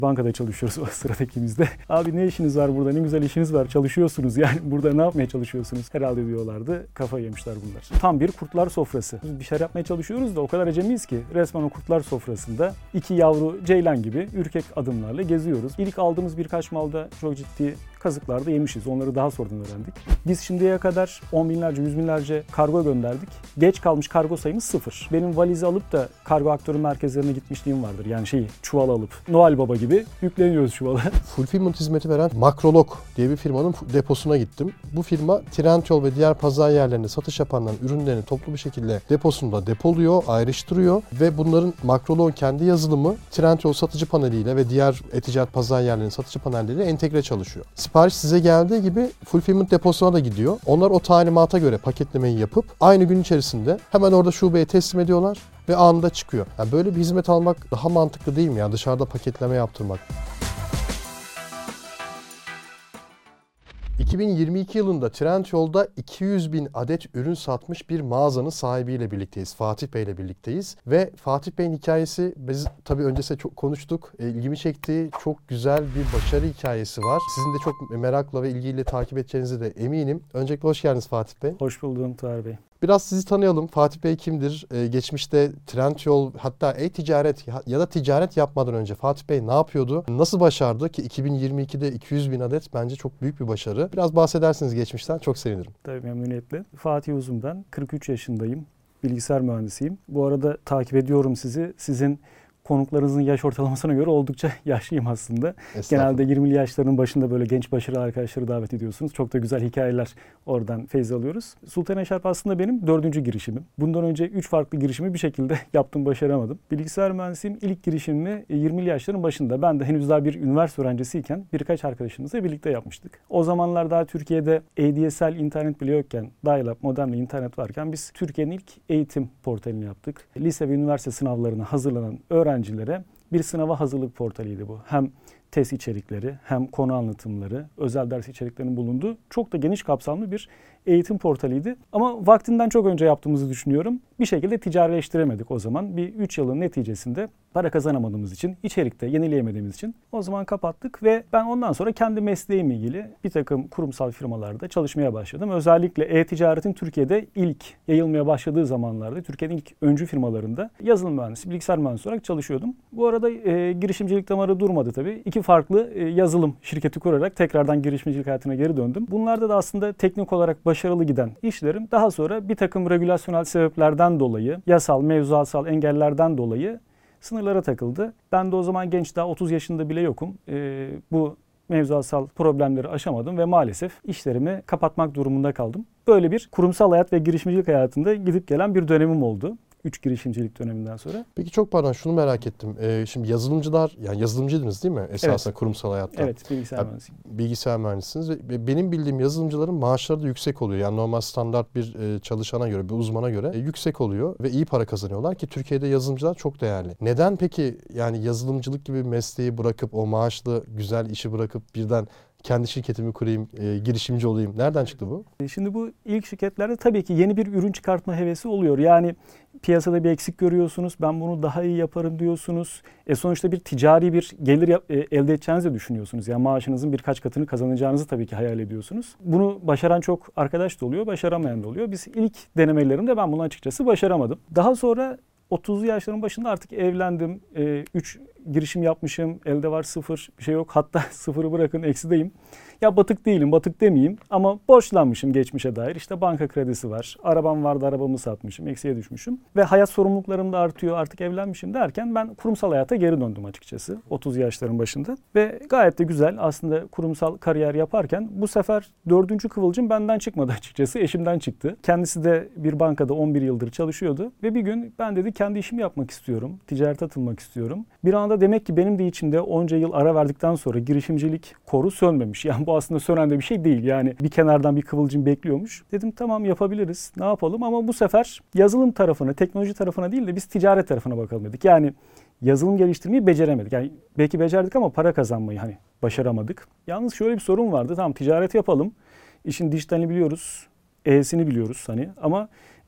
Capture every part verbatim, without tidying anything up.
Bankada çalışıyoruz o sıradaki bizde. Abi ne işiniz var burada, ne güzel işiniz var, çalışıyorsunuz yani burada ne yapmaya çalışıyorsunuz herhalde diyorlardı. Kafa yemişler bunlar. Tam bir kurtlar sofrası. Biz bir şeyler yapmaya çalışıyoruz da o kadar acemiyiz ki resmen o kurtlar sofrasında iki yavru ceylan gibi ürkek adımlarla geziyoruz. İlk aldığımız birkaç malda çok ciddi kazıklar da yemişiz. Onları daha sonradan öğrendik. Biz şimdiye kadar on binlerce, yüz binlerce kargo gönderdik. Geç kalmış kargo sayımız sıfır. Benim valizi alıp da kargo aktörü merkezlerine gitmişliğim vardır. Yani şeyi çuval alıp Noel Baba gibi yükleniyoruz çuvala. Fulfillment hizmeti veren Makrolog diye bir firmanın deposuna gittim. Bu firma Trendyol ve diğer pazar yerlerinde satış yapanların ürünlerini toplu bir şekilde deposunda depoluyor, ayrıştırıyor ve bunların Makrolog'un kendi yazılımı Trendyol satıcı paneliyle ve diğer e-ticaret pazar yerlerinin satıcı panelleriyle entegre çalışıyor. Sipariş size geldiği gibi fulfillment deposuna da gidiyor. Onlar o talimata göre paketlemeyi yapıp aynı gün içerisinde hemen orada şubeye teslim ediyorlar ve anında çıkıyor. Yani böyle bir hizmet almak daha mantıklı değil mi? Yani dışarıda paketleme yaptırmak. iki bin yirmi iki yılında Trendyol'da iki yüz bin adet ürün satmış bir mağazanın sahibiyle birlikteyiz. Fatih Bey ile birlikteyiz. Ve Fatih Bey'in hikayesi, biz tabii öncesinde çok konuştuk. E, ilgimi çektiği çok güzel bir başarı hikayesi var. Sizin de çok merakla ve ilgiyle takip edeceğinize de eminim. Öncelikle hoş geldiniz Fatih Bey. Hoş buldum Tuğer Bey. Biraz sizi tanıyalım. Fatih Bey kimdir? Ee, geçmişte Trendyol hatta e-ticaret ya da ticaret yapmadan önce Fatih Bey ne yapıyordu? Nasıl başardı ki iki bin yirmi ikide iki yüz bin adet bence çok büyük bir başarı. Biraz bahsedersiniz geçmişten çok sevinirim. Tabii memnuniyetle. Fatih Uzun ben. kırk üç yaşındayım. Bilgisayar mühendisiyim. Bu arada takip ediyorum sizi. Sizin konuklarınızın yaş ortalamasına göre oldukça yaşlıyım aslında. Genelde yirmili yaşlarının başında böyle genç başarılı arkadaşları davet ediyorsunuz. Çok da güzel hikayeler oradan feyz alıyoruz. Sultan Eşarp aslında benim dördüncü girişimim. Bundan önce üç farklı girişimi bir şekilde yaptım, başaramadım. Bilgisayar mühendisiyim. İlk girişimimi yirmili yaşların başında. Ben de henüz daha bir üniversite öğrencisiyken birkaç arkadaşımızla birlikte yapmıştık. O zamanlar daha Türkiye'de A D S L internet bile yokken, dial-up modemli internet varken biz Türkiye'nin ilk eğitim portalini yaptık. Lise ve üniversite sınavlarına hazırlanan öğrenciler öğrencilere bir sınava hazırlık portaliydi bu. Hem test içerikleri hem konu anlatımları, özel ders içeriklerinin bulunduğu çok da geniş kapsamlı bir eğitim portaliydi. Ama vaktinden çok önce yaptığımızı düşünüyorum. Bir şekilde ticarileştiremedik o zaman. Bir üç yılın neticesinde para kazanamadığımız için, içerikte yenileyemediğimiz için o zaman kapattık ve ben ondan sonra kendi mesleğimle ilgili bir takım kurumsal firmalarda çalışmaya başladım. Özellikle e-ticaretin Türkiye'de ilk yayılmaya başladığı zamanlarda Türkiye'nin ilk öncü firmalarında yazılım mühendisi, bilgisayar mühendisi olarak çalışıyordum. Bu arada e, girişimcilik damarı durmadı tabii. İki farklı e, yazılım şirketi kurarak tekrardan girişimcilik hayatına geri döndüm. Bunlarda da aslında teknik olarak başarılı giden işlerim daha sonra bir takım regülasyonel sebeplerden dolayı, yasal, mevzuatsal engellerden dolayı sınırlara takıldı. Ben de o zaman genç, daha otuz yaşında bile yokum. Ee, bu mevzuatsal problemleri aşamadım ve maalesef işlerimi kapatmak durumunda kaldım. Böyle bir kurumsal hayat ve girişimcilik hayatında gidip gelen bir dönemim oldu. Üç girişimcilik döneminden sonra. Peki çok pardon, şunu merak ettim. Ee, şimdi yazılımcılar, yani yazılımcıydınız değil mi esasında evet. Kurumsal hayatta? Evet, bilgisayar yani, mühendisiyim. Bilgisayar mühendisiniz ve benim bildiğim yazılımcıların maaşları da yüksek oluyor. Yani normal standart bir e, çalışana göre, bir uzmana göre e, yüksek oluyor ve iyi para kazanıyorlar ki Türkiye'de yazılımcılar çok değerli. Neden peki yani yazılımcılık gibi mesleği bırakıp o maaşlı güzel işi bırakıp birden kendi şirketimi kurayım, e, girişimci olayım? Nereden çıktı bu? Şimdi bu ilk şirketlerde tabii ki yeni bir ürün çıkartma hevesi oluyor. Yani piyasada bir eksik görüyorsunuz. Ben bunu daha iyi yaparım diyorsunuz. E sonuçta bir ticari bir gelir e, elde edeceğinizi de düşünüyorsunuz. Yani maaşınızın birkaç katını kazanacağınızı tabii ki hayal ediyorsunuz. Bunu başaran çok arkadaş da oluyor, başaramayan da oluyor. Biz ilk denemelerimde ben bunu açıkçası başaramadım. Daha sonra otuzlu yaşların başında artık evlendim. üç e, girişim yapmışım. Elde var sıfır. Bir şey yok. Hatta sıfırı bırakın eksideyim. Ya batık değilim, batık demeyeyim ama borçlanmışım geçmişe dair. İşte banka kredisi var. Arabam vardı, arabamı satmışım, eksiye düşmüşüm. Ve hayat sorumluluklarım da artıyor, artık evlenmişim derken ben kurumsal hayata geri döndüm açıkçası. otuz yaşların başında. Ve gayet de güzel aslında kurumsal kariyer yaparken bu sefer dördüncü kıvılcım benden çıkmadı açıkçası. Eşimden çıktı. Kendisi de bir bankada on bir yıldır çalışıyordu. Ve bir gün ben dedi kendi işimi yapmak istiyorum. Ticarete atılmak istiyorum. Bir anda demek ki benim de içimde onca yıl ara verdikten sonra girişimcilik koru sönmemiş. Yani bu aslında sönen de bir şey değil. Yani bir kenardan bir kıvılcım bekliyormuş. Dedim tamam yapabiliriz. Ne yapalım? Ama bu sefer yazılım tarafına, teknoloji tarafına değil de biz ticaret tarafına bakalım dedik. Yani yazılım geliştirmeyi beceremedik. Yani belki becerdik ama para kazanmayı hani başaramadık. Yalnız şöyle bir sorun vardı. Tamam ticaret yapalım. İşin dijitalini biliyoruz. E'sini biliyoruz hani ama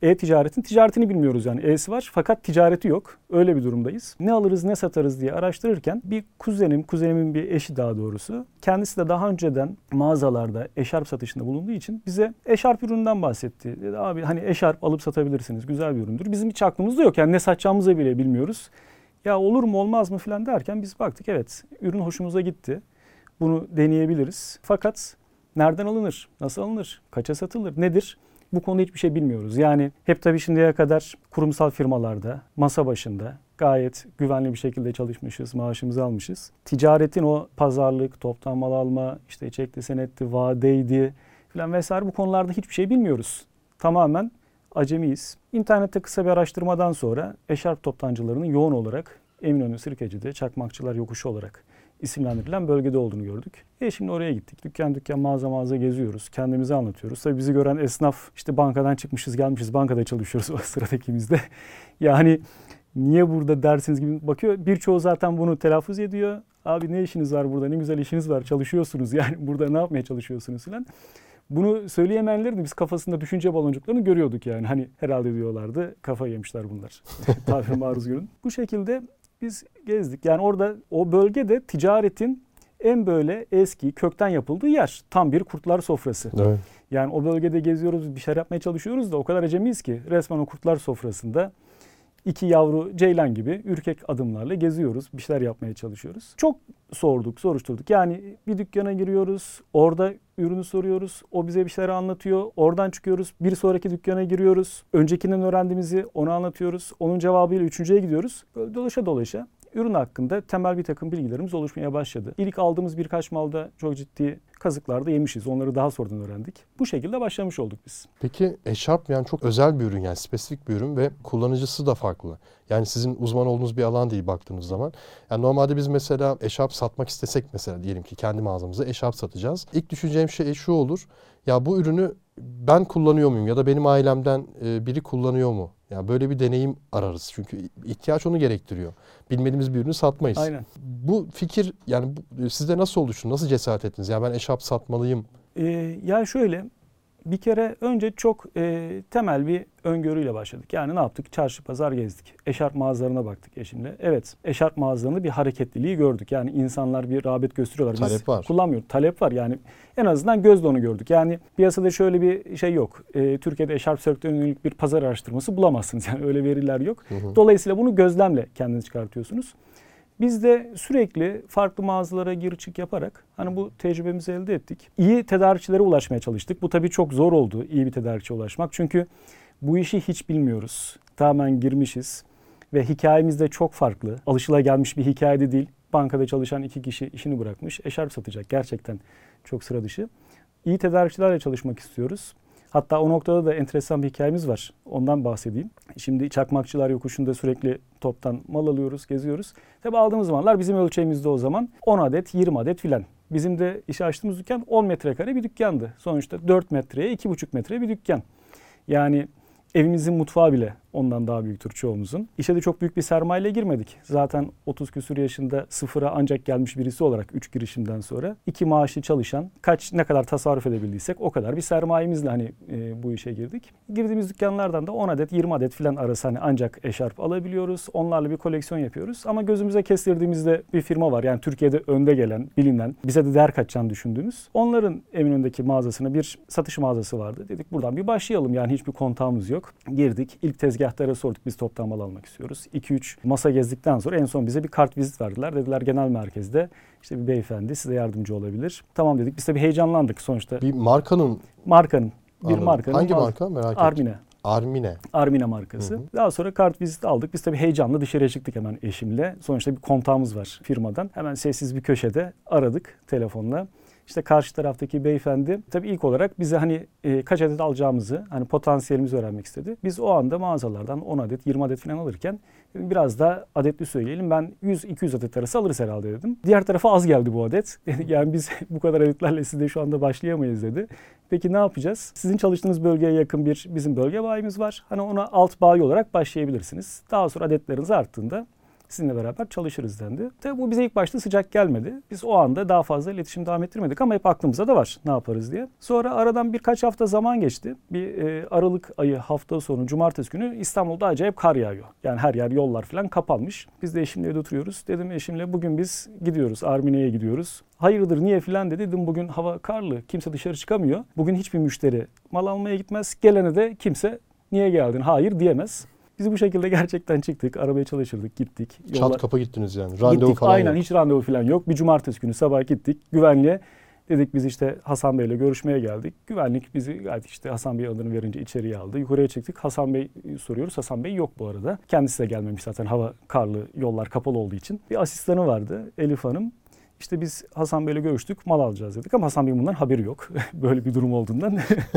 E-ticaretin ticaretini bilmiyoruz yani. E'si var fakat ticareti yok. Öyle bir durumdayız. Ne alırız ne satarız diye araştırırken bir kuzenim, kuzenimin bir eşi daha doğrusu. Kendisi de daha önceden mağazalarda eşarp satışında bulunduğu için bize eşarp ürününden bahsetti. Dedi abi hani eşarp alıp satabilirsiniz. Güzel bir üründür. Bizim hiç aklımızda yok. Yani ne satacağımızı bile bilmiyoruz. Ya olur mu olmaz mı falan derken biz baktık evet ürün hoşumuza gitti. Bunu deneyebiliriz. Fakat nereden alınır? Nasıl alınır? Kaça satılır? Nedir? Bu konuda hiçbir şey bilmiyoruz. Yani hep tabii şimdiye kadar kurumsal firmalarda, masa başında gayet güvenli bir şekilde çalışmışız, maaşımızı almışız. Ticaretin o pazarlık, toptan mal alma, işte çekti, senetti, vadeydi falan vesaire bu konularda hiçbir şey bilmiyoruz. Tamamen acemiyiz. İnternette kısa bir araştırmadan sonra eşarp toptancılarının yoğun olarak Eminönü Sirkeci'de Çakmakçılar Yokuşu olarak isimlendirilen bölgede olduğunu gördük. E şimdi oraya gittik. Dükkan dükkan mağaza mağaza geziyoruz. Kendimizi anlatıyoruz. Tabii bizi gören esnaf işte bankadan çıkmışız gelmişiz bankada çalışıyoruz o sıradakimizde. Yani niye burada dersiniz gibi bakıyor. Birçoğu zaten bunu telaffuz ediyor. Abi ne işiniz var burada ne güzel işiniz var çalışıyorsunuz yani burada ne yapmaya çalışıyorsunuz falan. Bunu söyleyemeyenlerin de biz kafasında düşünce baloncuklarını görüyorduk yani. Hani herhalde diyorlardı kafa yemişler bunlar. Tabir maruz görün. Bu şekilde biz gezdik. Yani orada o bölgede ticaretin en böyle eski kökten yapıldığı yer. Tam bir kurtlar sofrası. Evet. Yani o bölgede geziyoruz, bir şeyler yapmaya çalışıyoruz da o kadar acemiyiz ki resmen o kurtlar sofrasında iki yavru ceylan gibi ürkek adımlarla geziyoruz. Bir şeyler yapmaya çalışıyoruz. Çok sorduk, soruşturduk. Yani bir dükkana giriyoruz, orada ürünü soruyoruz. O bize bir şeyler anlatıyor. Oradan çıkıyoruz, bir sonraki dükkana giriyoruz. Öncekinden öğrendiğimizi ona anlatıyoruz. Onun cevabıyla üçüncüye gidiyoruz. Böyle dolaşa dolaşa ürün hakkında temel bir takım bilgilerimiz oluşmaya başladı. İlk aldığımız birkaç malda çok ciddi kazıklarda yemişiz. Onları daha sonradan öğrendik. Bu şekilde başlamış olduk biz. Peki eşarp yani çok özel bir ürün yani spesifik bir ürün ve kullanıcısı da farklı. Yani sizin uzman olduğunuz bir alan değil baktığınız zaman. Yani normalde biz mesela eşarp satmak istesek mesela diyelim ki kendi mağazamıza eşarp satacağız. İlk düşüneceğim şey şu olur. Ya bu ürünü ben kullanıyor muyum ya da benim ailemden biri kullanıyor mu? Ya böyle bir deneyim ararız. Çünkü ihtiyaç onu gerektiriyor. Bilmediğimiz bir ürünü satmayız. Aynen. Bu fikir yani bu, sizde nasıl oluştu? Nasıl cesaret ettiniz? Ya ben eşarp satmalıyım. Ee, ya şöyle bir kere önce çok e, temel bir öngörüyle başladık. Yani ne yaptık? Çarşı pazar gezdik. Eşarp mağazalarına baktık eşimle. Evet, eşarp mağazalarında bir hareketliliği gördük. Yani insanlar bir rağbet gösteriyorlar. Biz talep var. Kullanmıyoruz. Talep var. Yani en azından gözle onu gördük. Yani piyasada şöyle bir şey yok. E, Türkiye'de eşarp sektörüne yönelik bir pazar araştırması bulamazsınız. Yani öyle veriler yok. Hı hı. Dolayısıyla bunu gözlemle kendiniz çıkartıyorsunuz. Biz de sürekli farklı mağazalara gir çık yaparak hani bu tecrübemizi elde ettik. İyi tedarikçilere ulaşmaya çalıştık. Bu tabii çok zor oldu iyi bir tedarikçiye ulaşmak. Çünkü bu işi hiç bilmiyoruz. Tamamen girmişiz ve hikayemiz de çok farklı. Alışılagelmiş bir hikaye de değil. Bankada çalışan iki kişi işini bırakmış. Eşarp satacak. Gerçekten çok sıra dışı. İyi tedarikçilerle çalışmak istiyoruz. Hatta o noktada da enteresan bir hikayemiz var. Ondan bahsedeyim. Şimdi Çakmakçılar Yokuşu'nda sürekli toptan mal alıyoruz, geziyoruz. Tabii aldığımız mallar bizim ölçeğimizde o zaman on adet, yirmi adet filan. Bizim de işe açtığımız dükkan on metrekare bir dükkandı. Sonuçta dört metreye, iki buçuk metreye bir dükkan. Yani evimizin mutfağı bile ondan daha büyüktür çoğumuzun. İşe de çok büyük bir sermayeyle girmedik. Zaten otuz küsur yaşında sıfıra ancak gelmiş birisi olarak üç girişimden sonra iki maaşlı çalışan kaç ne kadar tasarruf edebildiysek o kadar bir sermayemizle hani e, bu işe girdik. Girdiğimiz dükkanlardan da on adet yirmi adet filan arası hani ancak eşarp alabiliyoruz. Onlarla bir koleksiyon yapıyoruz. Ama gözümüze kestirdiğimizde bir firma var. Yani Türkiye'de önde gelen, bilinen, bize de değer katacağını düşündüğümüz. Onların Eminönü'ndeki mağazasına bir satış mağazası vardı. Dedik buradan bir başlayalım. Yani hiçbir kontağımız yok. Girdik. İlk tezgahlara sorduk. Biz toptan mal almak istiyoruz. iki üç masa gezdikten sonra en son bize bir kart vizit verdiler. Dediler genel merkezde işte bir beyefendi size yardımcı olabilir. Tamam dedik. Biz de bir heyecanlandık sonuçta. Bir markanın Markanın. Bir Anladım. markanın. Hangi marka merak ettim. Armine. Armine. Armine markası. Hı hı. Daha sonra kart viziti aldık. Biz tabii heyecanla dışarıya çıktık hemen eşimle. Sonuçta bir kontağımız var firmadan. Hemen sessiz bir köşede aradık telefonla. İşte karşı taraftaki beyefendi tabii ilk olarak bize hani e, kaç adet alacağımızı, hani potansiyelimizi öğrenmek istedi. Biz o anda mağazalardan on adet, yirmi adet falan alırken biraz daha adetli söyleyelim. Ben yüz iki yüz adet arası alırız herhalde dedim. Diğer tarafa az geldi bu adet. Yani biz bu kadar adetlerle size şu anda başlayamayız dedi. Peki ne yapacağız? Sizin çalıştığınız bölgeye yakın bir bizim bölge bayimiz var. Hani ona alt bayi olarak başlayabilirsiniz. Daha sonra adetleriniz arttığında sizinle beraber çalışırız dendi. Tabii bu bize ilk başta sıcak gelmedi. Biz o anda daha fazla iletişim devam ettirmedik ama hep aklımızda da var ne yaparız diye. Sonra aradan birkaç hafta zaman geçti. Bir e, Aralık ayı hafta sonu cumartesi günü İstanbul'da acayip kar yağıyor. Yani her yer yollar falan kapanmış. Biz de eşimle evde oturuyoruz. Dedim eşimle bugün biz gidiyoruz Armine'ye gidiyoruz. Hayırdır niye filan dedi. Dedim bugün hava karlı kimse dışarı çıkamıyor. Bugün hiçbir müşteri mal almaya gitmez. Gelene de kimse niye geldin hayır diyemez. Biz bu şekilde gerçekten çıktık. Arabaya çalışırdık, gittik. Yollar... Çat kapı gittiniz yani. Randevu gittik, falan aynen, yok. Hiç randevu falan yok. Bir cumartesi günü sabah gittik. Güvenliğe dedik biz işte Hasan Bey'le görüşmeye geldik. Güvenlik bizi gayet işte Hasan Bey adını verince içeriye aldı. Yukarıya çıktık. Hasan Bey soruyoruz. Hasan Bey yok bu arada. Kendisi de gelmemiş zaten hava karlı, yollar kapalı olduğu için. Bir asistanı vardı Elif Hanım. İşte biz Hasan Bey'le görüştük, mal alacağız dedik ama Hasan Bey'in bundan haberi yok. Böyle bir durum olduğundan.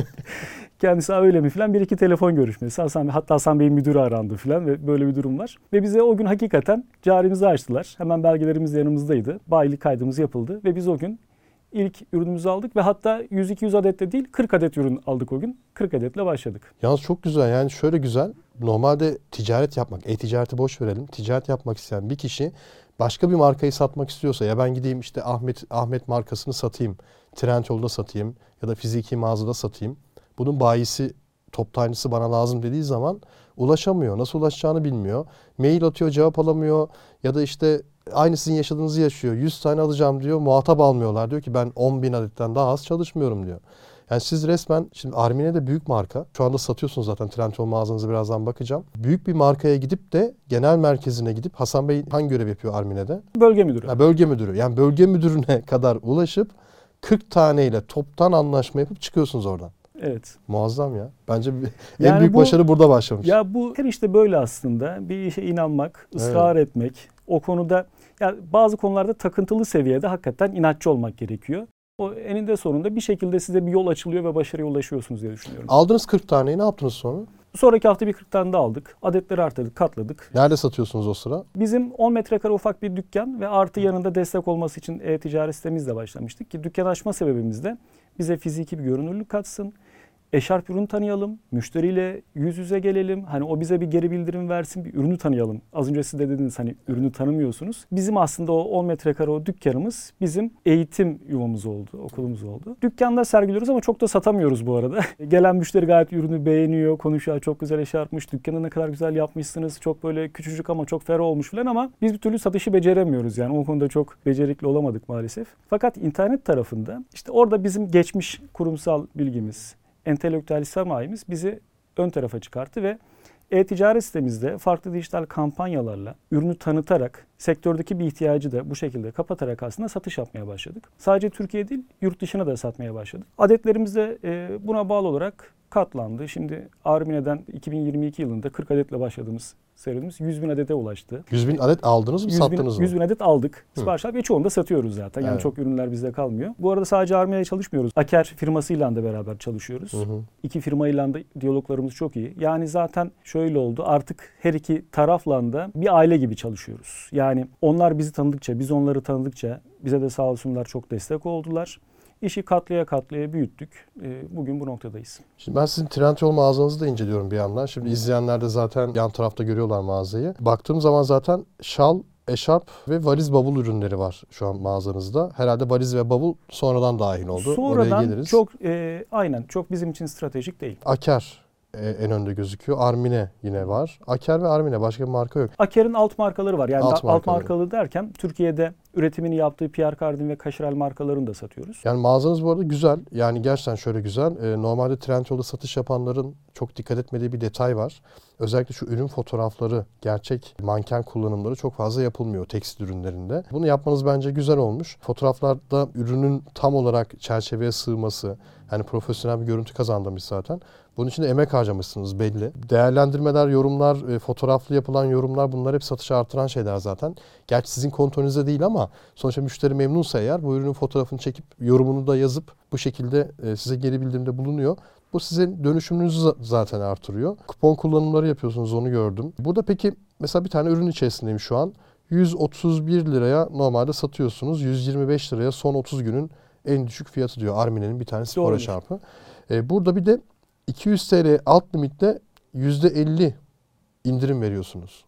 Kendisi öyle mi falan bir iki telefon görüşmesi. Hasan Bey, hatta Hasan Bey'in müdürü arandı falan ve böyle bir durum var. Ve bize o gün hakikaten carimizi açtılar. Hemen belgelerimiz de yanımızdaydı. Bayilik kaydımız yapıldı ve biz o gün ilk ürünümüzü aldık ve hatta yüz iki yüz adet de değil kırk adet ürün aldık o gün. kırk adetle başladık. Yalnız çok güzel yani şöyle güzel. Normalde ticaret yapmak, e-ticareti boş verelim. Ticaret yapmak isteyen bir kişi başka bir markayı satmak istiyorsa ya ben gideyim işte Ahmet Ahmet markasını satayım, Trendyol'da satayım ya da fiziki mağazada satayım. Bunun bayisi, toptancısı bana lazım dediği zaman ulaşamıyor. Nasıl ulaşacağını bilmiyor. Mail atıyor, cevap alamıyor ya da işte aynı sizin yaşadığınızı yaşıyor. yüz tane alacağım diyor, muhatap almıyorlar. Diyor ki ben on bin adetten daha az çalışmıyorum diyor. Yani siz resmen, şimdi Armine de büyük marka. Şu anda satıyorsunuz zaten Trendyol mağazanızı birazdan bakacağım. Büyük bir markaya gidip de genel merkezine gidip Hasan Bey hangi görev yapıyor Armine'de? Bölge müdürü. Ha, bölge müdürü. Yani bölge müdürüne kadar ulaşıp kırk taneyle toptan anlaşma yapıp çıkıyorsunuz oradan. Evet. Muazzam ya. Bence en yani büyük bu, başarı burada başlamış. Ya bu her işte böyle aslında. Bir işe inanmak, ısrar evet. etmek. O konuda ya bazı konularda takıntılı seviyede hakikaten inatçı olmak gerekiyor. O eninde sonunda bir şekilde size bir yol açılıyor ve başarıya ulaşıyorsunuz diye düşünüyorum. Aldınız kırk taneyi, ne yaptınız sonra? Sonraki hafta bir kırk tane daha aldık. Adetleri arttırdık, katladık. Nerede satıyorsunuz o sıra? Bizim on metrekare ufak bir dükkan ve artı yanında destek olması için e-ticaret sitemizle başlamıştık ki dükkan açma sebebimiz de bize fiziki bir görünürlük katsın. Eşarp ürünü tanıyalım, müşteriyle yüz yüze gelelim. Hani o bize bir geri bildirim versin, bir ürünü tanıyalım. Az önce siz de dediniz hani ürünü tanımıyorsunuz. Bizim aslında o on metrekare o dükkanımız bizim eğitim yuvamız oldu, okulumuz oldu. Dükkanda sergiliyoruz ama çok da satamıyoruz bu arada. Gelen müşteri gayet ürünü beğeniyor, konuşuyor. Çok güzel eşarpmış, dükkanı ne kadar güzel yapmışsınız. Çok böyle küçücük ama çok ferah olmuş falan ama biz bir türlü satışı beceremiyoruz. Yani o konuda çok becerikli olamadık maalesef. Fakat internet tarafında işte orada bizim geçmiş kurumsal bilgimiz, entelektüel sermayemiz bizi ön tarafa çıkarttı ve e-ticaret sitemizde farklı dijital kampanyalarla ürünü tanıtarak sektördeki bir ihtiyacı da bu şekilde kapatarak aslında satış yapmaya başladık. Sadece Türkiye değil, yurt dışına da satmaya başladık. Adetlerimiz de e, buna bağlı olarak katlandı. Şimdi Armine'den iki bin yirmi iki yılında kırk adetle başladığımız serimiz yüz bin adete ulaştı. yüz bin adet aldınız mı, yüz bin, sattınız mı? yüz bin adet aldık. Sipariş ve çoğunu da satıyoruz zaten. Yani evet. çok ürünler bizde kalmıyor. Bu arada sadece Armine'yle çalışmıyoruz. Aker firmasıyla da beraber çalışıyoruz. Hı hı. İki firmayla da diyaloglarımız çok iyi. Yani zaten şöyle oldu. Artık her iki tarafla da bir aile gibi çalışıyoruz. Yani onlar bizi tanıdıkça, biz onları tanıdıkça bize de sağ olsunlar çok destek oldular. İşi katlaya katlaya büyüttük. Bugün bu noktadayız. Şimdi ben sizin Trendyol mağazanızı da inceliyorum bir yandan. Şimdi izleyenler de zaten yan tarafta görüyorlar mağazayı. Baktığım zaman zaten şal, eşarp ve valiz bavul ürünleri var şu an mağazanızda. Herhalde valiz ve bavul sonradan dahil oldu. Sonradan oraya geliriz. Çok e, aynen çok bizim için stratejik değil. Aker en önde gözüküyor. Armine yine var. Aker ve Armine, başka bir marka yok. Aker'in alt markaları var. Yani alt, alt markaları. markalı derken Türkiye'de üretimini yaptığı Pierre Cardin ve Cacherel markalarını da satıyoruz. Yani mağazanız bu arada güzel. Yani gerçekten şöyle güzel. Ee, normalde Trendyol'da satış yapanların çok dikkat etmediği bir detay var. Özellikle şu ürün fotoğrafları, gerçek manken kullanımları çok fazla yapılmıyor tekstil ürünlerinde. Bunu yapmanız bence güzel olmuş. Fotoğraflarda ürünün tam olarak çerçeveye sığması, yani profesyonel bir görüntü kazandırmış zaten. Bunun için de emek harcamışsınız belli. Değerlendirmeler, yorumlar, fotoğraflı yapılan yorumlar, bunlar hep satışı artıran şeyler zaten. Gerçi sizin kontrolünüzde değil ama sonuçta müşteri memnunsa eğer bu ürünün fotoğrafını çekip yorumunu da yazıp bu şekilde size geri bildirimde bulunuyor. Bu sizin dönüşümünüzü zaten artırıyor. Kupon kullanımları yapıyorsunuz, onu gördüm. Burada peki mesela bir tane ürün içerisindeyim şu an. yüz otuz bir liraya normalde satıyorsunuz. yüz yirmi beş liraya son otuz günün en düşük fiyatı diyor Armine'nin bir tane spor eşarpı. Ee, burada bir de iki yüz TL alt limitte yüzde elli indirim veriyorsunuz.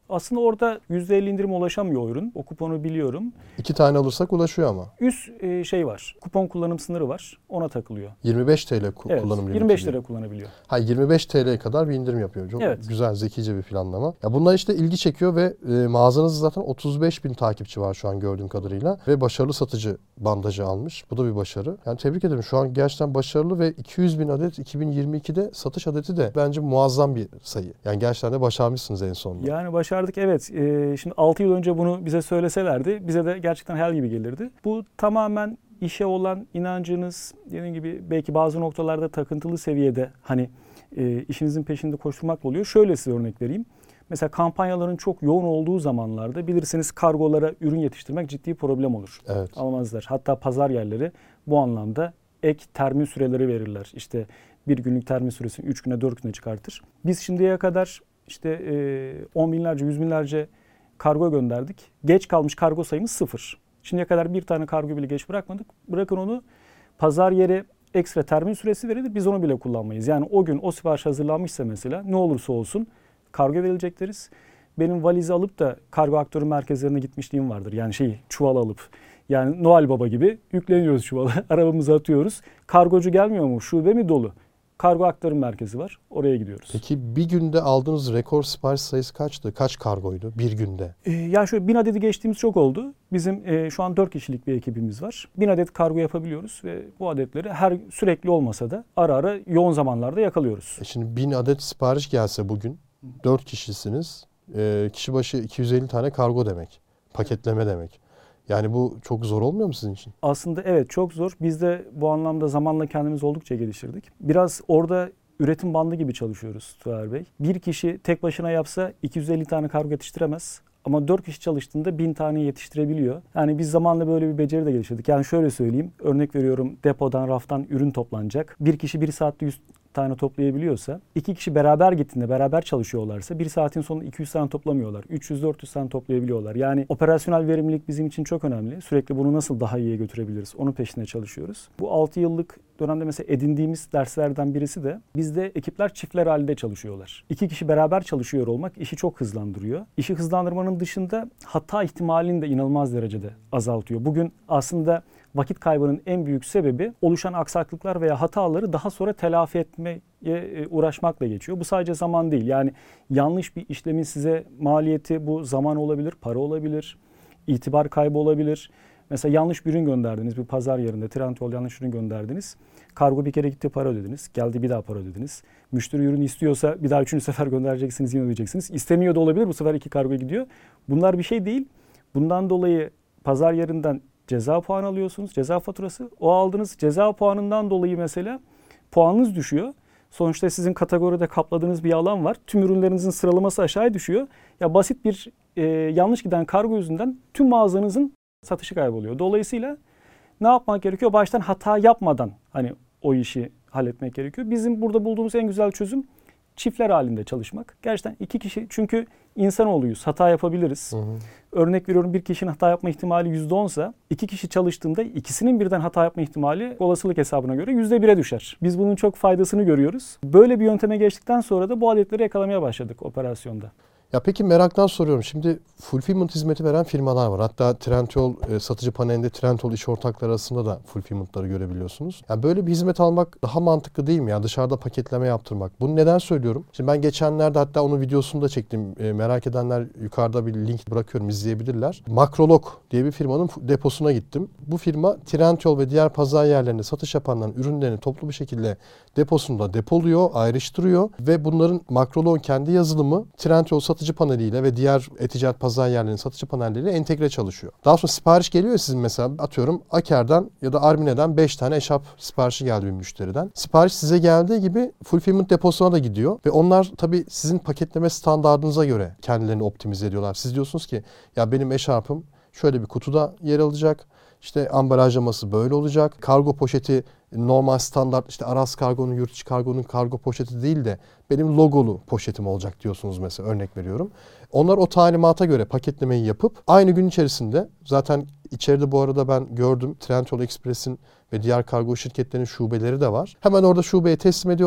Aslında orada yüzde elli indirim ulaşamıyor o ürün. O kuponu biliyorum. İki tane alırsak ulaşıyor ama. Üst e, şey var. Kupon kullanım sınırı var. Ona takılıyor. yirmi beş T L ku- Evet, kullanım limiti. yirmi beş lira kullanabiliyor. Ha, yirmi beş T L'ye kadar bir indirim yapıyor. Çok Evet. güzel, zekice bir planlama. Ya bunlar işte ilgi çekiyor ve e, mağazanızda zaten otuz beş bin takipçi var şu an gördüğüm kadarıyla. Ve başarılı satıcı bandajı almış. Bu da bir başarı. Yani tebrik ederim. Şu an gerçekten başarılı ve iki yüz bin adet iki bin yirmi ikide satış adeti de bence muazzam bir sayı. Yani gerçekten de başarmışsınız en sonunda. Yani başardık, evet. Ee, şimdi altı yıl önce bunu bize söyleselerdi bize de gerçekten hayal gibi gelirdi. Bu tamamen işe olan inancınız, dediğim gibi belki bazı noktalarda takıntılı seviyede hani e, işinizin peşinde koşturmakla oluyor. Şöyle size örnek vereyim. Mesela kampanyaların çok yoğun olduğu zamanlarda bilirsiniz kargolara ürün yetiştirmek ciddi problem olur. Evet. Almazlar. Hatta pazar yerleri bu anlamda ek termin süreleri verirler. İşte bir günlük termin süresini üç güne dört güne çıkartır. Biz şimdiye kadar işte e, on binlerce, yüz binlerce kargo gönderdik. Geç kalmış kargo sayımız sıfır. Şimdiye kadar bir tane kargo bile geç bırakmadık. Bırakın onu, pazar yeri ekstra termin süresi verilir. Biz onu bile kullanmayız. Yani o gün o sipariş hazırlanmışsa mesela ne olursa olsun kargo verilecek deriz. Benim valizi alıp da kargo aktörü merkezlerine gitmişliğim vardır. Yani şeyi çuval alıp, yani Noel Baba gibi yükleniyoruz çuvala, arabamıza atıyoruz. Kargocu gelmiyor mu? Şube mi dolu? Kargo aktarım merkezi var. Oraya gidiyoruz. Peki bir günde aldığınız rekor sipariş sayısı kaçtı? Kaç kargoydu bir günde? Ee, ya şöyle bin adedi geçtiğimiz çok oldu. Bizim e, şu an dört kişilik bir ekibimiz var. bin adet kargo yapabiliyoruz ve bu adetleri her sürekli olmasa da ara ara yoğun zamanlarda yakalıyoruz. E şimdi bin adet sipariş gelse bugün, dört kişisiniz. E, kişi başı iki yüz elli tane kargo demek. Paketleme demek. Yani bu çok zor olmuyor mu sizin için? Aslında evet, çok zor. Biz de bu anlamda zamanla kendimizi oldukça geliştirdik. Biraz orada üretim bandı gibi çalışıyoruz Tuğer Bey. Bir kişi tek başına yapsa iki yüz elli tane kargo yetiştiremez. Ama dört kişi çalıştığında bin tane yetiştirebiliyor. Yani biz zamanla böyle bir beceri de geliştirdik. Yani şöyle söyleyeyim. Örnek veriyorum, depodan, raftan ürün toplanacak. Bir kişi bir saatte yüz tane toplayabiliyorsa, iki kişi beraber gittiğinde, beraber çalışıyorlarsa bir saatin sonunda iki yüz tane toplamıyorlar. üç yüz dört yüz tane toplayabiliyorlar. Yani operasyonel verimlilik bizim için çok önemli. Sürekli bunu nasıl daha iyiye götürebiliriz? Onun peşinde çalışıyoruz. Bu altı yıllık dönemde mesela edindiğimiz derslerden birisi de bizde ekipler çiftler halinde çalışıyorlar. İki kişi beraber çalışıyor olmak işi çok hızlandırıyor. İşi hızlandırmanın dışında hata ihtimalini de inanılmaz derecede azaltıyor. Bugün aslında vakit kaybının en büyük sebebi oluşan aksaklıklar veya hataları daha sonra telafi etmeye uğraşmakla geçiyor. Bu sadece zaman değil. Yani yanlış bir işlemin size maliyeti bu zaman olabilir, para olabilir, itibar kaybı olabilir. Mesela yanlış bir ürün gönderdiniz bir pazar yerinde, Trendyol yanlış ürün gönderdiniz. Kargo bir kere gitti, para ödediniz. Geldi, bir daha para ödediniz. Müşteri ürünü istiyorsa bir daha üçüncü sefer göndereceksiniz, yine ödeyeceksiniz. İstemiyor da olabilir, bu sefer iki kargo gidiyor. Bunlar bir şey değil. Bundan dolayı pazar yerinden ceza puanı alıyorsunuz, ceza faturası. O aldığınız ceza puanından dolayı mesela puanınız düşüyor. Sonuçta sizin kategoride kapladığınız bir alan var. Tüm ürünlerinizin sıralaması aşağıya düşüyor. Ya basit bir e, yanlış giden kargo yüzünden tüm mağazanızın satışı kayboluyor. Dolayısıyla ne yapmak gerekiyor? Baştan hata yapmadan hani o işi halletmek gerekiyor. Bizim burada bulduğumuz en güzel çözüm çiftler halinde çalışmak. Gerçekten iki kişi, çünkü insanoğluyuz, hata yapabiliriz. Hı hı. Örnek veriyorum, bir kişinin hata yapma ihtimali yüzde onsa iki kişi çalıştığında ikisinin birden hata yapma ihtimali olasılık hesabına göre yüzde bire düşer. Biz bunun çok faydasını görüyoruz. Böyle bir yönteme geçtikten sonra da bu adetleri yakalamaya başladık operasyonda. Ya peki meraktan soruyorum. Şimdi fulfillment hizmeti veren firmalar var. Hatta Trendyol e, satıcı panelinde Trendyol iş ortakları arasında da fulfillment'ları görebiliyorsunuz. Yani böyle bir hizmet almak daha mantıklı değil mi ya? Dışarıda paketleme yaptırmak. Bunu neden söylüyorum? Şimdi ben geçenlerde hatta onun videosunu da çektim. E, merak edenler yukarıda bir link bırakıyorum, izleyebilirler. Makrolog diye bir firmanın deposuna gittim. Bu firma Trendyol ve diğer pazar yerlerinde satış yapanların ürünlerini toplu bir şekilde deposunda depoluyor, ayrıştırıyor ve bunların Makrolog'un kendi yazılımı Trendyol satıcı paneliyle ve diğer e-ticaret pazar yerlerinin satıcı panelleriyle entegre çalışıyor. Daha sonra sipariş geliyor ya, sizin mesela atıyorum Aker'den ya da Armine'den beş tane eşarp siparişi geldi bir müşteriden. Sipariş size geldiği gibi fulfillment deposuna da gidiyor ve onlar tabii sizin paketleme standardınıza göre kendilerini optimize ediyorlar. Siz diyorsunuz ki ya benim eşarpım şöyle bir kutuda yer alacak. İşte ambalajlaması böyle olacak. Kargo poşeti normal standart, işte Aras Kargo'nun, yurt içi kargonun kargo poşeti değil de benim logolu poşetim olacak diyorsunuz mesela, örnek veriyorum. Onlar o talimata göre paketlemeyi yapıp aynı gün içerisinde, zaten içeride bu arada ben gördüm Trendyol Express'in ve diğer kargo şirketlerinin şubeleri de var. Hemen orada şubeye teslim ediyorlar.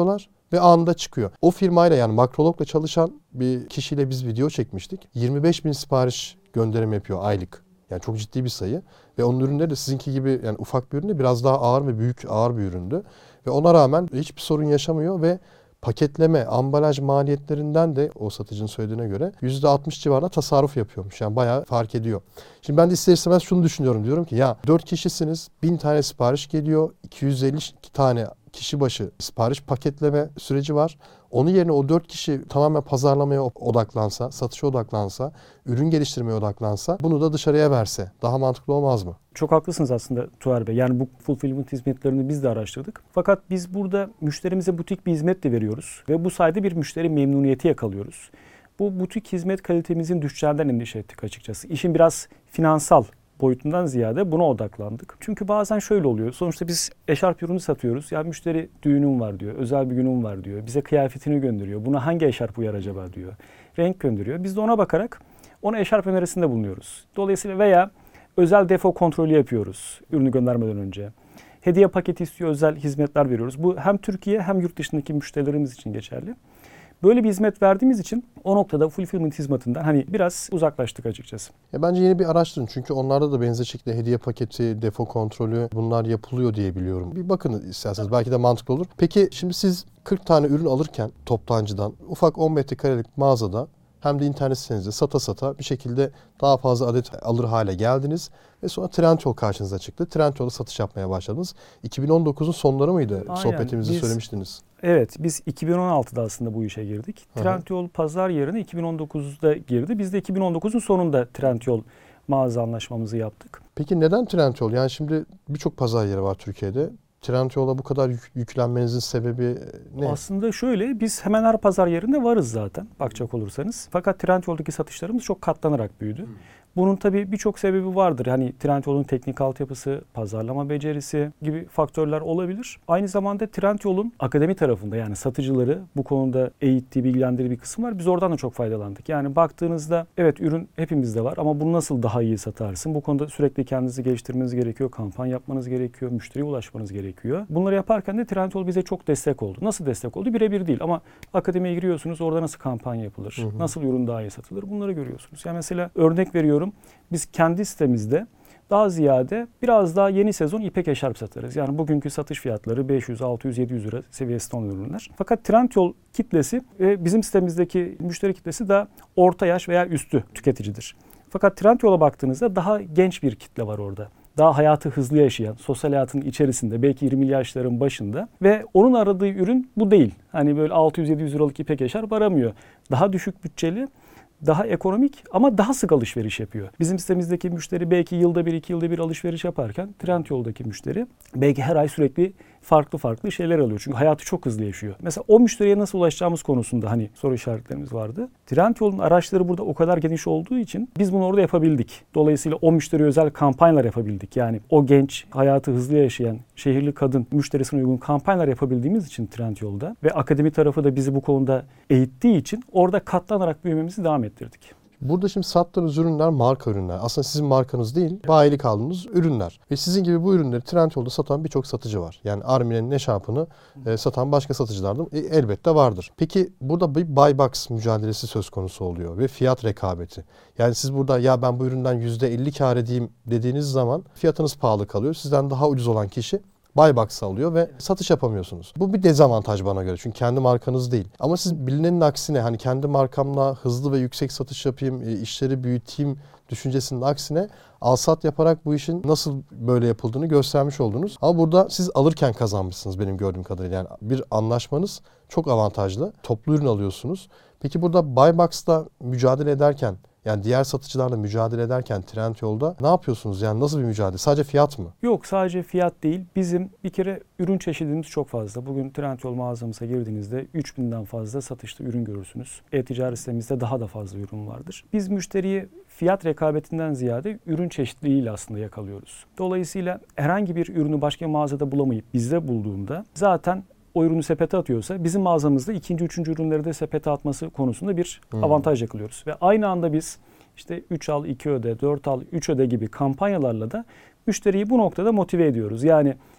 ve anında çıkıyor. O firmayla yani Makrolog'la çalışan bir kişiyle biz video çekmiştik. yirmi beş bin sipariş gönderim yapıyor aylık. Yani çok ciddi bir sayı. Ve onun ürünleri de sizinki gibi yani ufak bir ürün de biraz daha ağır ve büyük ağır bir üründü. Ve ona rağmen hiçbir sorun yaşamıyor ve paketleme, ambalaj maliyetlerinden de o satıcının söylediğine göre yüzde altmış civarında tasarruf yapıyormuş. Yani bayağı fark ediyor. Şimdi ben de ister istemez şunu düşünüyorum. Diyorum ki ya dört kişisiniz, bin tane sipariş geliyor, iki yüz elli tane kişi başı sipariş paketleme süreci var. Onun yerine o dört kişi tamamen pazarlamaya odaklansa, satışa odaklansa, ürün geliştirmeye odaklansa, bunu da dışarıya verse daha mantıklı olmaz mı? Çok haklısınız aslında Tuğer Bey. Yani bu fulfillment hizmetlerini biz de araştırdık. Fakat biz burada müşterimize butik bir hizmet de veriyoruz ve bu sayede bir müşteri memnuniyeti yakalıyoruz. Bu butik hizmet kalitemizin düşeceğinden endişe ettik açıkçası. İşin biraz finansal boyutundan ziyade buna odaklandık. Çünkü bazen şöyle oluyor. Sonuçta biz eşarp ürünü satıyoruz. Ya müşteri düğünüm var diyor. Özel bir günüm var diyor. Bize kıyafetini gönderiyor. Buna hangi eşarp uyar acaba diyor. Renk gönderiyor. Biz de ona bakarak ona eşarp önerisinde bulunuyoruz. Dolayısıyla veya özel defo kontrolü yapıyoruz ürünü göndermeden önce. Hediye paketi istiyor, özel hizmetler veriyoruz. Bu hem Türkiye hem yurt dışındaki müşterilerimiz için geçerli. Böyle bir hizmet verdiğimiz için o noktada fulfillment hizmetinden hani biraz uzaklaştık açıkçası. Ya bence yeni bir araştırın. Çünkü onlarda da benzer şekilde hediye paketi, defo kontrolü bunlar yapılıyor diye biliyorum. Bir bakın isterseniz belki de mantıklı olur. Peki şimdi siz kırk tane ürün alırken toptancıdan ufak on metrekarelik mağazada hem de internet sitenizde sata sata bir şekilde daha fazla adet alır hale geldiniz. Ve sonra Trendyol karşınıza çıktı. Trendyol'da satış yapmaya başladınız. iki bin on dokuzun sonları mıydı? Aynen. Sohbetimizde Biz, söylemiştiniz. Evet, biz iki bin on altıda aslında bu işe girdik. Hı hı. Trendyol pazar yerine iki bin on dokuzda girdi. Biz de iki bin on dokuzun sonunda Trendyol mağaza anlaşmamızı yaptık. Peki neden Trendyol? Yani şimdi birçok pazar yeri var Türkiye'de. Trendyol'a bu kadar yük, yüklenmenizin sebebi ne? Aslında şöyle, biz hemen her pazar yerinde varız zaten bakacak olursanız. Fakat Trendyol'daki satışlarımız çok katlanarak büyüdü. Hmm. Bunun tabii birçok sebebi vardır. Hani Trendyol'un teknik altyapısı, pazarlama becerisi gibi faktörler olabilir. Aynı zamanda Trendyol'un akademi tarafında yani satıcıları bu konuda eğittiği, bilgilendirdiği bir kısım var. Biz oradan da çok faydalandık. Yani baktığınızda evet ürün hepimizde var ama bunu nasıl daha iyi satarsın? Bu konuda sürekli kendinizi geliştirmeniz gerekiyor, kampanya yapmanız gerekiyor, müşteriye ulaşmanız gerekiyor. Bunları yaparken de Trendyol bize çok destek oldu. Nasıl destek oldu? Birebir değil ama akademiye giriyorsunuz, orada nasıl kampanya yapılır, hı hı. nasıl ürün daha iyi satılır bunları görüyorsunuz. Yani mesela örnek veriyorum. Biz kendi sitemizde daha ziyade biraz daha yeni sezon ipek eşarp satarız. Yani bugünkü satış fiyatları beş yüz, altı yüz, yedi yüz lira seviyesinde olan ürünler. Fakat Trendyol kitlesi ve bizim sitemizdeki müşteri kitlesi de orta yaş veya üstü tüketicidir. Fakat Trendyol'a baktığınızda daha genç bir kitle var orada. Daha hayatı hızlı yaşayan, sosyal hayatın içerisinde belki yirmili yaşların başında ve onun aradığı ürün bu değil. Hani böyle altı yüz yedi yüz liralık ipek eşarp aramıyor. Daha düşük bütçeli, daha ekonomik ama daha sık alışveriş yapıyor. Bizim sitemizdeki müşteri belki yılda bir, iki yılda bir alışveriş yaparken Trendyol'daki müşteri belki her ay sürekli farklı farklı şeyler alıyor. Çünkü hayatı çok hızlı yaşıyor. Mesela o müşteriye nasıl ulaşacağımız konusunda hani soru işaretlerimiz vardı. Trendyol'un araçları burada o kadar geniş olduğu için biz bunu orada yapabildik. Dolayısıyla o müşteriye özel kampanyalar yapabildik. Yani o genç, hayatı hızlı yaşayan, şehirli kadın müşterisine uygun kampanyalar yapabildiğimiz için Trendyol'da ve akademi tarafı da bizi bu konuda eğittiği için orada katlanarak büyümemizi devam ettirdik. Burada şimdi sattığınız ürünler marka ürünler. Aslında sizin markanız değil, bayilik aldığınız ürünler. Ve sizin gibi bu ürünleri Trendyol'da satan birçok satıcı var. Yani Armine'nin eşarpını e, satan başka satıcılar da e, elbette vardır. Peki burada bir buy box mücadelesi söz konusu oluyor ve fiyat rekabeti. Yani siz burada ya ben bu üründen yüzde elli kar edeyim dediğiniz zaman fiyatınız pahalı kalıyor. Sizden daha ucuz olan kişi buy box alıyor ve satış yapamıyorsunuz. Bu bir dezavantaj bana göre. Çünkü kendi markanız değil. Ama siz bilinenin aksine hani kendi markamla hızlı ve yüksek satış yapayım, işleri büyüteyim düşüncesinin aksine alsat yaparak bu işin nasıl böyle yapıldığını göstermiş oldunuz. Ama burada siz alırken kazanmışsınız benim gördüğüm kadarıyla. Yani bir anlaşmanız çok avantajlı. Toplu ürün alıyorsunuz. Peki burada buy box'la mücadele ederken yani diğer satıcılarla mücadele ederken Trendyol'da ne yapıyorsunuz? Yani nasıl bir mücadele? Sadece fiyat mı? Yok, sadece fiyat değil. Bizim bir kere ürün çeşidimiz çok fazla. Bugün Trendyol mağazamıza girdiğinizde üç binden fazla satışta ürün görürsünüz. E-ticaret sitemizde daha da fazla ürün vardır. Biz müşteriyi fiyat rekabetinden ziyade ürün çeşitliliğiyle aslında yakalıyoruz. Dolayısıyla herhangi bir ürünü başka bir mağazada bulamayıp bizde bulduğunda zaten o ürünü sepete atıyorsa bizim mağazamızda ikinci, üçüncü ürünleri de sepete atması konusunda bir hmm. avantaj yakalıyoruz. Ve aynı anda biz işte üç al iki öde, dört al üç öde gibi kampanyalarla da müşteriyi bu noktada motive ediyoruz. Yani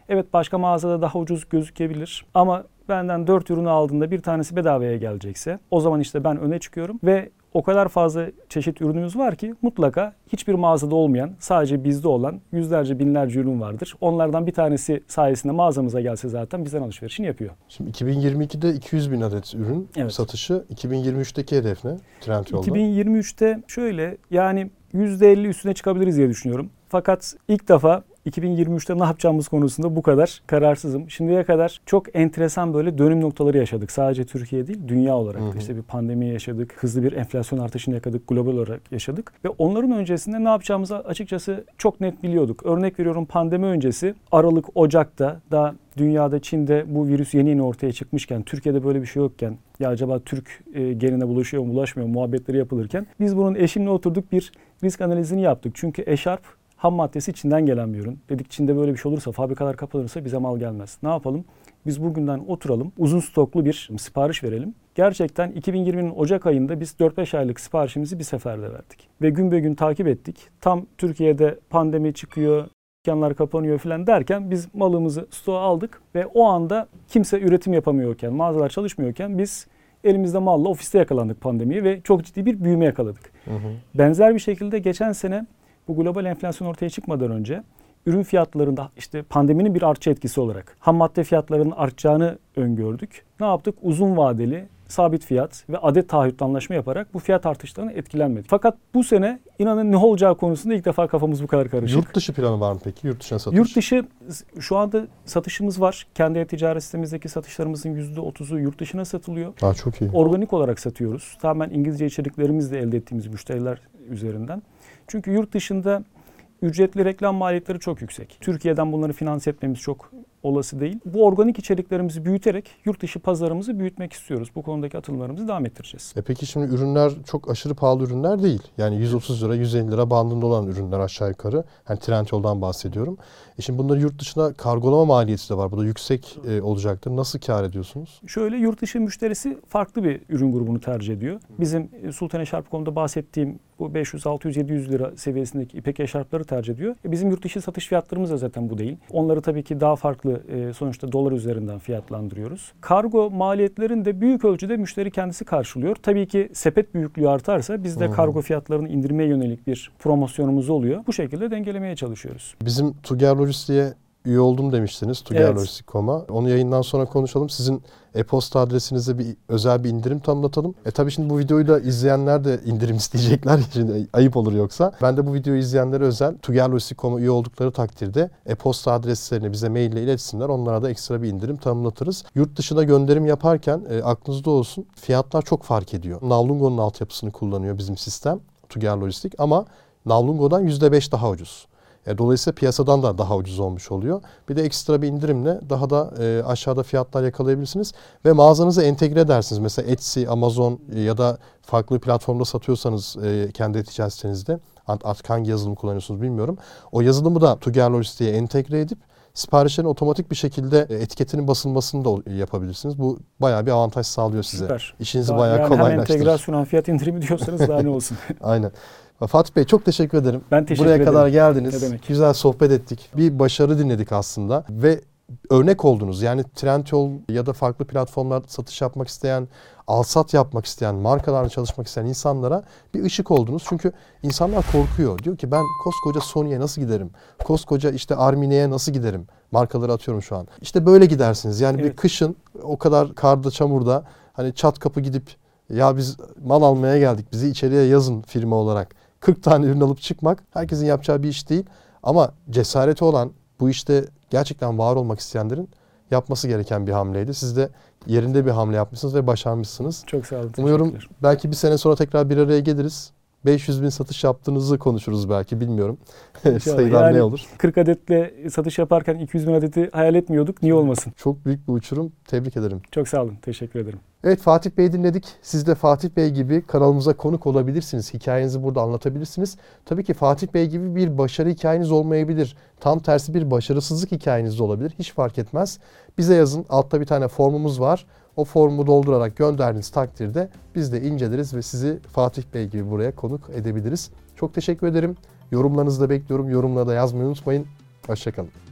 Evet, başka mağazada daha ucuz gözükebilir ama benden dört ürünü aldığında bir tanesi bedavaya gelecekse o zaman işte ben öne çıkıyorum ve o kadar fazla çeşit ürünümüz var ki mutlaka hiçbir mağazada olmayan, sadece bizde olan yüzlerce binlerce ürün vardır. Onlardan bir tanesi sayesinde mağazamıza gelse zaten bizden alışverişini yapıyor. Şimdi iki bin yirmi ikide iki yüz bin adet ürün evet. satışı. iki bin yirmi üçteki hedef ne Trendyol'da? iki bin yirmi üçte şöyle, yani yüzde elli üstüne çıkabiliriz diye düşünüyorum. Fakat ilk defa iki bin yirmi üçte ne yapacağımız konusunda bu kadar kararsızım. Şimdiye kadar çok enteresan böyle dönüm noktaları yaşadık. Sadece Türkiye değil, dünya olarak. Hı hı. İşte bir pandemi yaşadık, hızlı bir enflasyon artışını yakaladık, global olarak yaşadık. Ve onların öncesinde ne yapacağımızı açıkçası çok net biliyorduk. Örnek veriyorum, pandemi öncesi Aralık, Ocak'ta daha dünyada, Çin'de bu virüs yeni yeni ortaya çıkmışken, Türkiye'de böyle bir şey yokken, ya acaba Türk e, geline bulaşıyor mu, bulaşmıyor mu muhabbetleri yapılırken biz bunun eşimle oturduk, bir risk analizini yaptık. Çünkü eşarp ham maddesi Çin'den gelen bir ürün. Dedik Çin'de böyle bir şey olursa, fabrikalar kapanırsa bize mal gelmez. Ne yapalım? Biz bugünden oturalım, uzun stoklu bir sipariş verelim. Gerçekten iki bin yirminin Ocak ayında biz dört beş aylık siparişimizi bir seferde verdik. Ve gün be gün takip ettik. Tam Türkiye'de pandemi çıkıyor, dükkanlar kapanıyor falan derken biz malımızı stoğa aldık ve o anda kimse üretim yapamıyorken, mağazalar çalışmıyorken biz elimizde malla ofiste yakalandık pandemiye ve çok ciddi bir büyüme yakaladık. Hı hı. Benzer bir şekilde geçen sene bu global enflasyon ortaya çıkmadan önce ürün fiyatlarında işte pandeminin bir artçı etkisi olarak ham madde fiyatlarının artacağını öngördük. Ne yaptık? Uzun vadeli sabit fiyat ve adet taahhütlü anlaşma yaparak bu fiyat artışlarına etkilenmedik. Fakat bu sene inanın ne olacağı konusunda ilk defa kafamız bu kadar karışık. Yurt dışı planı var mı peki? Yurt dışına satış? Yurt dışı şu anda satışımız var. Kendi e-ticaret sitemizdeki satışlarımızın yüzde otuzu yurt dışına satılıyor. Aa, çok iyi. Organik olarak satıyoruz. Tamamen İngilizce içeriklerimizle elde ettiğimiz müşteriler üzerinden. Çünkü yurt dışında ücretli reklam maliyetleri çok yüksek. Türkiye'den bunları finanse etmemiz çok olası değil. Bu organik içeriklerimizi büyüterek yurt dışı pazarımızı büyütmek istiyoruz. Bu konudaki atılımlarımızı devam ettireceğiz. E peki şimdi ürünler çok aşırı pahalı ürünler değil. Yani yüz otuz lira, yüz elli lira bandında olan ürünler aşağı yukarı. Yani Trendyol'dan bahsediyorum. E şimdi bunları yurt dışına kargolama maliyeti de var. Bu da yüksek e, olacaktır. Nasıl kâr ediyorsunuz? Şöyle, yurt dışı müşterisi farklı bir ürün grubunu tercih ediyor. Bizim Sultan Eşarp nokta com'da bahsettiğim bu beş yüz, altı yüz, yedi yüz lira seviyesindeki ipek eşarpları tercih ediyor. E bizim yurt dışı satış fiyatlarımız da zaten bu değil. Onları tabii ki daha farklı, e, sonuçta dolar üzerinden fiyatlandırıyoruz. Kargo maliyetlerini de büyük ölçüde müşteri kendisi karşılıyor. Tabii ki sepet büyüklüğü artarsa biz de hmm. kargo fiyatlarını indirmeye yönelik bir promosyonumuz oluyor. Bu şekilde dengelemeye çalışıyoruz. Bizim Tuger Lojistik'e üye oldum demiştiniz tuger evet. lojistik nokta com'a. Onu yayından sonra konuşalım. Sizin e-posta adresinize bir özel bir indirim tanımlatalım. E tabii şimdi bu videoyu da izleyenler de indirim isteyecekler. Şimdi ayıp olur yoksa. Ben de bu videoyu izleyenlere özel tuger lojistik nokta com'a üye oldukları takdirde e-posta adreslerini bize maille iletsinler. Onlara da ekstra bir indirim tanımlatırız. Yurt dışına gönderim yaparken e, aklınızda olsun, fiyatlar çok fark ediyor. Navlungo'nun altyapısını kullanıyor bizim sistem Tuger Lojistik ama Navlungo'dan yüzde beş daha ucuz. Dolayısıyla piyasadan da daha ucuz olmuş oluyor. Bir de ekstra bir indirimle daha da e, aşağıda fiyatlar yakalayabilirsiniz. Ve mağazanıza entegre edersiniz. Mesela Etsy, Amazon ya da farklı platformda satıyorsanız e, kendi e-ticaret sitenizde, artık hangi yazılım kullanıyorsunuz bilmiyorum. O yazılımı da Tuger Lojistik'e entegre edip siparişlerin otomatik bir şekilde etiketinin basılmasını da yapabilirsiniz. Bu bayağı bir avantaj sağlıyor size. Süper. İşinizi daha bayağı yani kolaylaştırır. Hem entegrasyon hem fiyat indirimi diyorsanız daha ne olsun. Aynen. Fatih Bey çok teşekkür ederim. Ben teşekkür Buraya ederim. kadar geldiniz. Ne demek? Güzel sohbet ettik. Bir başarı dinledik aslında ve örnek oldunuz. Yani Trendyol ya da farklı platformlarda satış yapmak isteyen, alsat yapmak isteyen, markalarla çalışmak isteyen insanlara bir ışık oldunuz. Çünkü insanlar korkuyor. Diyor ki ben koskoca Sony'ye nasıl giderim? Koskoca işte Armine'ye nasıl giderim? Markaları atıyorum şu an. İşte böyle gidersiniz. Yani evet. Bir kışın o kadar karda, çamurda hani çat kapı gidip ya biz mal almaya geldik, bizi içeriye yazın firma olarak kırk tane ürün alıp çıkmak herkesin yapacağı bir iş değil. Ama cesareti olan, bu işte gerçekten var olmak isteyenlerin yapması gereken bir hamleydi. Siz de yerinde bir hamle yapmışsınız ve başarmışsınız. Çok sağ olun. Umuyorum belki bir sene sonra tekrar bir araya geliriz. beş yüz bin satış yaptığınızı konuşuruz belki, bilmiyorum. Sayılar yani ne olur? kırk adetle satış yaparken iki yüz bin adeti hayal etmiyorduk. Niye olmasın? Çok büyük bir uçurum. Tebrik ederim. Çok sağ olun. Teşekkür ederim. Evet, Fatih Bey'i dinledik. Siz de Fatih Bey gibi kanalımıza konuk olabilirsiniz. Hikayenizi burada anlatabilirsiniz. Tabii ki Fatih Bey gibi bir başarı hikayeniz olmayabilir. Tam tersi bir başarısızlık hikayeniz de olabilir. Hiç fark etmez. Bize yazın. Altta bir tane formumuz var. O formu doldurarak gönderdiğiniz takdirde biz de inceleriz ve sizi Fatih Bey gibi buraya konuk edebiliriz. Çok teşekkür ederim. Yorumlarınızı da bekliyorum. Yorumlara da yazmayı unutmayın. Hoşça kalın.